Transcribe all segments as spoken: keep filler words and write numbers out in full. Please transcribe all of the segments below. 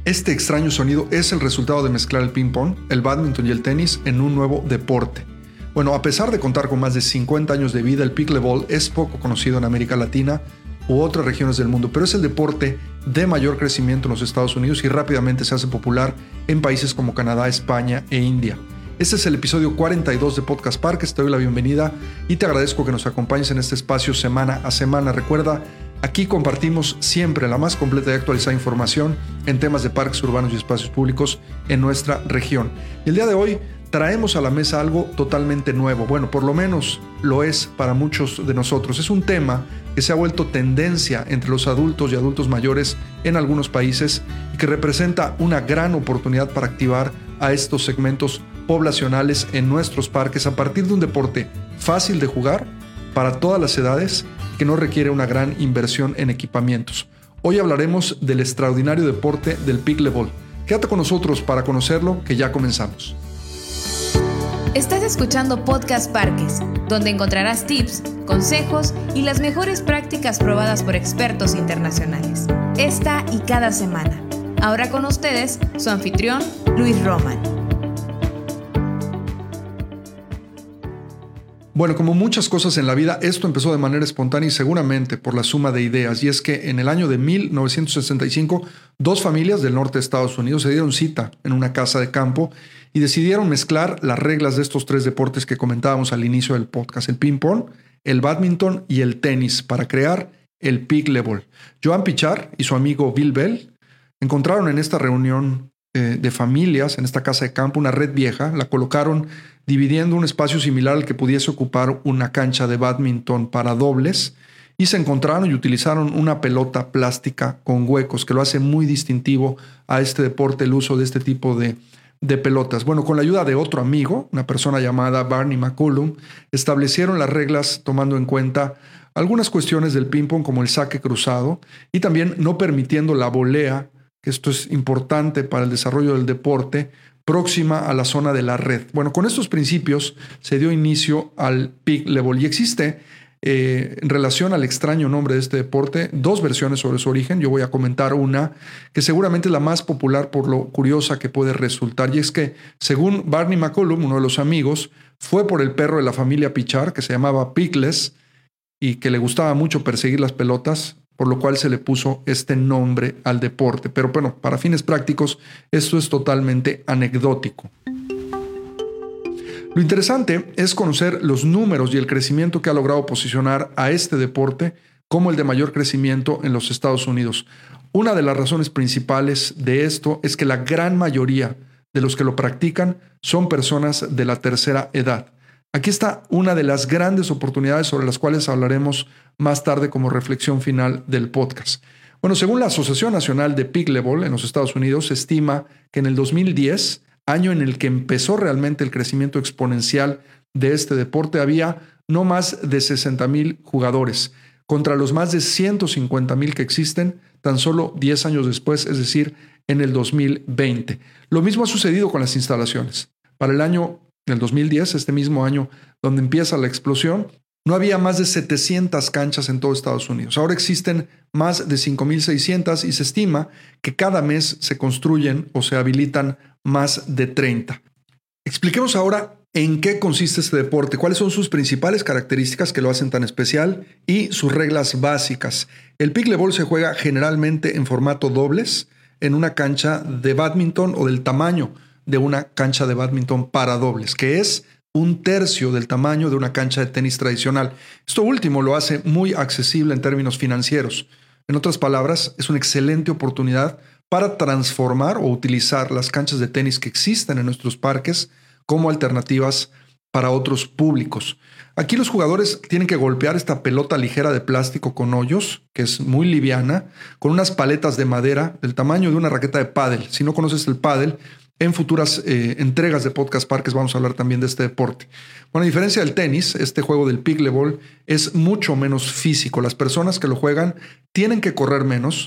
Este extraño sonido es el resultado de mezclar el ping-pong, el bádminton y el tenis en un nuevo deporte. Bueno, a pesar de contar con más de cincuenta años de vida, el pickleball es poco conocido en América Latina u otras regiones del mundo, pero es el deporte de mayor crecimiento en los Estados Unidos y rápidamente se hace popular en países como Canadá, España e India. Este es el episodio cuarenta y dos de Podcast Parques. Te doy la bienvenida y te agradezco que nos acompañes en este espacio semana a semana. Recuerda, aquí compartimos siempre la más completa y actualizada información en temas de parques urbanos y espacios públicos en nuestra región. Y el día de hoy traemos a la mesa algo totalmente nuevo. Bueno, por lo menos lo es para muchos de nosotros. Es un tema que se ha vuelto tendencia entre los adultos y adultos mayores en algunos países y que representa una gran oportunidad para activar a estos segmentos poblacionales en nuestros parques a partir de un deporte fácil de jugar para todas las edades que no requiere una gran inversión en equipamientos. Hoy hablaremos del extraordinario deporte del pickleball. Quédate con nosotros para conocerlo, que ya comenzamos. Estás escuchando Podcast Parques, donde encontrarás tips, consejos y las mejores prácticas probadas por expertos internacionales. Esta y cada semana. Ahora con ustedes, su anfitrión, Luis Roman. Bueno, como muchas cosas en la vida, esto empezó de manera espontánea y seguramente por la suma de ideas. Y es que en el año de mil novecientos sesenta y cinco, dos familias del norte de Estados Unidos se dieron cita en una casa de campo y decidieron mezclar las reglas de estos tres deportes que comentábamos al inicio del podcast: el ping-pong, el bádminton y el tenis, para crear el pickleball. Joan Pichar y su amigo Bill Bell encontraron en esta reunión eh, de familias, en esta casa de campo, una red vieja, la colocaron dividiendo un espacio similar al que pudiese ocupar una cancha de bádminton para dobles, y se encontraron y utilizaron una pelota plástica con huecos, que lo hace muy distintivo a este deporte, el uso de este tipo de, de pelotas. Bueno, con la ayuda de otro amigo, una persona llamada Barney McCollum, establecieron las reglas tomando en cuenta algunas cuestiones del ping-pong como el saque cruzado y también no permitiendo la volea, que esto es importante para el desarrollo del deporte, próxima a la zona de la red. Bueno, con estos principios se dio inicio al pickleball y existe, eh, en relación al extraño nombre de este deporte, dos versiones sobre su origen. Yo voy a comentar una que seguramente es la más popular por lo curiosa que puede resultar, y es que, según Barney McCollum, uno de los amigos, fue por el perro de la familia Pichar, que se llamaba Pickless, y que le gustaba mucho perseguir las pelotas, por lo cual se le puso este nombre al deporte. Pero bueno, para fines prácticos, esto es totalmente anecdótico. Lo interesante es conocer los números y el crecimiento que ha logrado posicionar a este deporte como el de mayor crecimiento en los Estados Unidos. Una de las razones principales de esto es que la gran mayoría de los que lo practican son personas de la tercera edad. Aquí está una de las grandes oportunidades sobre las cuales hablaremos más tarde como reflexión final del podcast. Bueno, según la Asociación Nacional de Pickleball en los Estados Unidos, se estima que en el dos mil diez, año en el que empezó realmente el crecimiento exponencial de este deporte, había no más de sesenta mil jugadores, contra los más de ciento cincuenta mil que existen tan solo diez años después, es decir, en el dos mil veinte. Lo mismo ha sucedido con las instalaciones. Para el año En el dos mil diez, este mismo año donde empieza la explosión, no había más de setecientas canchas en todo Estados Unidos. Ahora existen más de cinco mil seiscientas y se estima que cada mes se construyen o se habilitan más de treinta. Expliquemos ahora en qué consiste este deporte, cuáles son sus principales características que lo hacen tan especial y sus reglas básicas. El pickleball se juega generalmente en formato dobles en una cancha de bádminton o del tamaño de una cancha de bádminton para dobles, que es un tercio del tamaño de una cancha de tenis tradicional. Esto último lo hace muy accesible en términos financieros. En otras palabras, es una excelente oportunidad para transformar o utilizar las canchas de tenis que existen en nuestros parques como alternativas para otros públicos. Aquí los jugadores tienen que golpear esta pelota ligera de plástico con hoyos, que es muy liviana, con unas paletas de madera del tamaño de una raqueta de pádel. Si no conoces el pádel, en futuras eh, entregas de Podcast Parques vamos a hablar también de este deporte. Bueno, a diferencia del tenis, este juego del pickleball es mucho menos físico. Las personas que lo juegan tienen que correr menos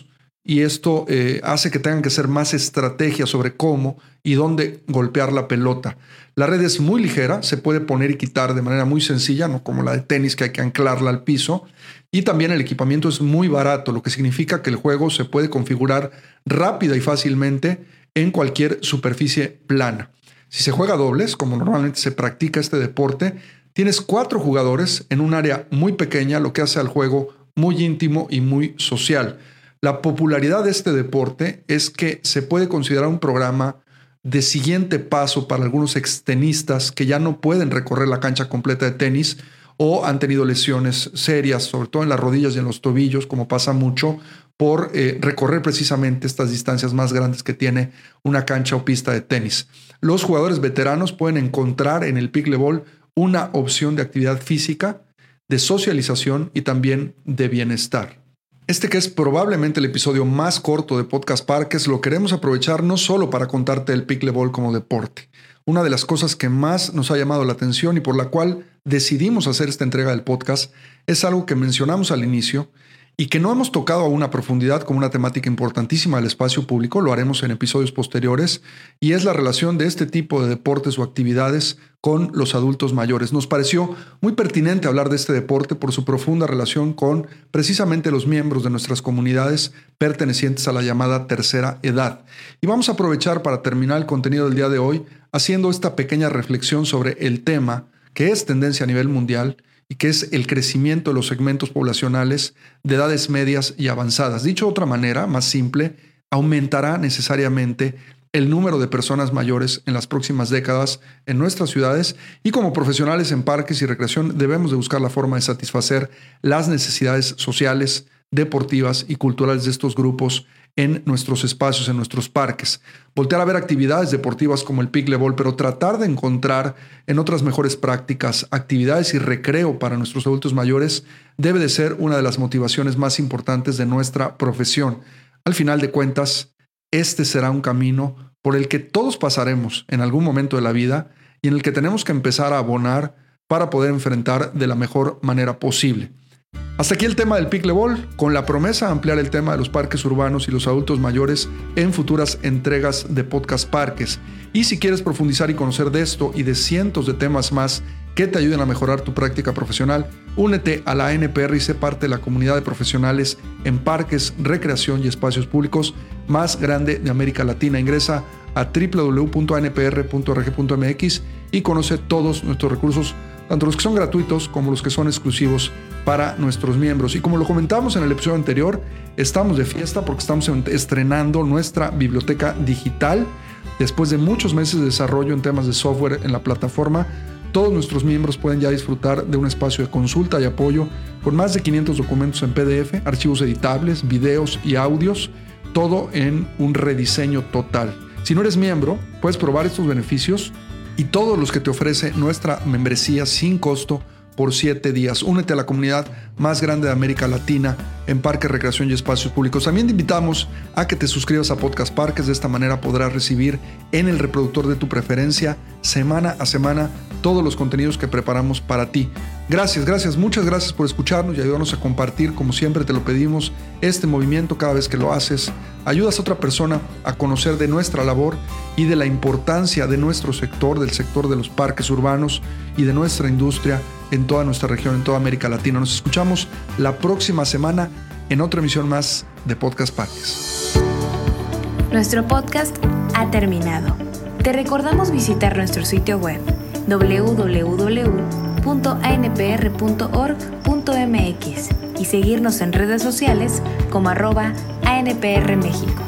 y esto eh, hace que tengan que hacer más estrategias sobre cómo y dónde golpear la pelota. La red es muy ligera, se puede poner y quitar de manera muy sencilla, no como la de tenis que hay que anclarla al piso, y también el equipamiento es muy barato, lo que significa que el juego se puede configurar rápida y fácilmente en cualquier superficie plana. Si se juega dobles, como normalmente se practica este deporte, tienes cuatro jugadores en un área muy pequeña, lo que hace al juego muy íntimo y muy social. La popularidad de este deporte es que se puede considerar un programa de siguiente paso para algunos extenistas que ya no pueden recorrer la cancha completa de tenis o han tenido lesiones serias, sobre todo en las rodillas y en los tobillos, como pasa mucho, por eh, recorrer precisamente estas distancias más grandes que tiene una cancha o pista de tenis. Los jugadores veteranos pueden encontrar en el pickleball una opción de actividad física, de socialización y también de bienestar. Este que es probablemente el episodio más corto de Podcast Parques, lo queremos aprovechar no solo para contarte el pickleball como deporte. Una de las cosas que más nos ha llamado la atención y por la cual decidimos hacer esta entrega del podcast es algo que mencionamos al inicio y que no hemos tocado a una profundidad como una temática importantísima del espacio público, lo haremos en episodios posteriores, y es la relación de este tipo de deportes o actividades con los adultos mayores. Nos pareció muy pertinente hablar de este deporte por su profunda relación con precisamente los miembros de nuestras comunidades pertenecientes a la llamada tercera edad. Y vamos a aprovechar para terminar el contenido del día de hoy haciendo esta pequeña reflexión sobre el tema que es tendencia a nivel mundial y que es el crecimiento de los segmentos poblacionales de edades medias y avanzadas. Dicho de otra manera, más simple, aumentará necesariamente el número de personas mayores en las próximas décadas en nuestras ciudades, y como profesionales en parques y recreación debemos de buscar la forma de satisfacer las necesidades sociales, deportivas y culturales de estos grupos en nuestros espacios, en nuestros parques. Voltear a ver actividades deportivas como el pickleball, pero tratar de encontrar en otras mejores prácticas actividades y recreo para nuestros adultos mayores debe de ser una de las motivaciones más importantes de nuestra profesión. Al final de cuentas, este será un camino por el que todos pasaremos en algún momento de la vida y en el que tenemos que empezar a abonar para poder enfrentar de la mejor manera posible. Hasta aquí el tema del pickleball, con la promesa de ampliar el tema de los parques urbanos y los adultos mayores en futuras entregas de Podcast Parques. Y si quieres profundizar y conocer de esto y de cientos de temas más que te ayuden a mejorar tu práctica profesional, únete a la A N P R y sé parte de la comunidad de profesionales en parques, recreación y espacios públicos más grande de América Latina. Ingresa a doble u doble u doble u punto a n p r punto org punto m x y conoce todos nuestros recursos, tanto los que son gratuitos como los que son exclusivos para nuestros miembros. Y como lo comentamos en el episodio anterior, estamos de fiesta porque estamos estrenando nuestra biblioteca digital. Después de muchos meses de desarrollo en temas de software en la plataforma, todos nuestros miembros pueden ya disfrutar de un espacio de consulta y apoyo con más de quinientos documentos en P D F, archivos editables, videos y audios, todo en un rediseño total. Si no eres miembro, puedes probar estos beneficios y todos los que te ofrece nuestra membresía sin costo por siete días. Únete a la comunidad más grande de América Latina en parques, recreación y espacios públicos. También te invitamos a que te suscribas a Podcast Parques. De esta manera podrás recibir en el reproductor de tu preferencia semana a semana todos los contenidos que preparamos para ti. Gracias, gracias, muchas gracias por escucharnos y ayudarnos a compartir, como siempre te lo pedimos, este movimiento cada vez que lo haces. Ayudas a otra persona a conocer de nuestra labor y de la importancia de nuestro sector, del sector de los parques urbanos y de nuestra industria en toda nuestra región, en toda América Latina. Nos escuchamos la próxima semana en otra emisión más de Podcast Parques. Nuestro podcast ha terminado. Te recordamos visitar nuestro sitio web doble u doble u doble u punto a n p r punto org punto m x y seguirnos en redes sociales como arroba A N P R México.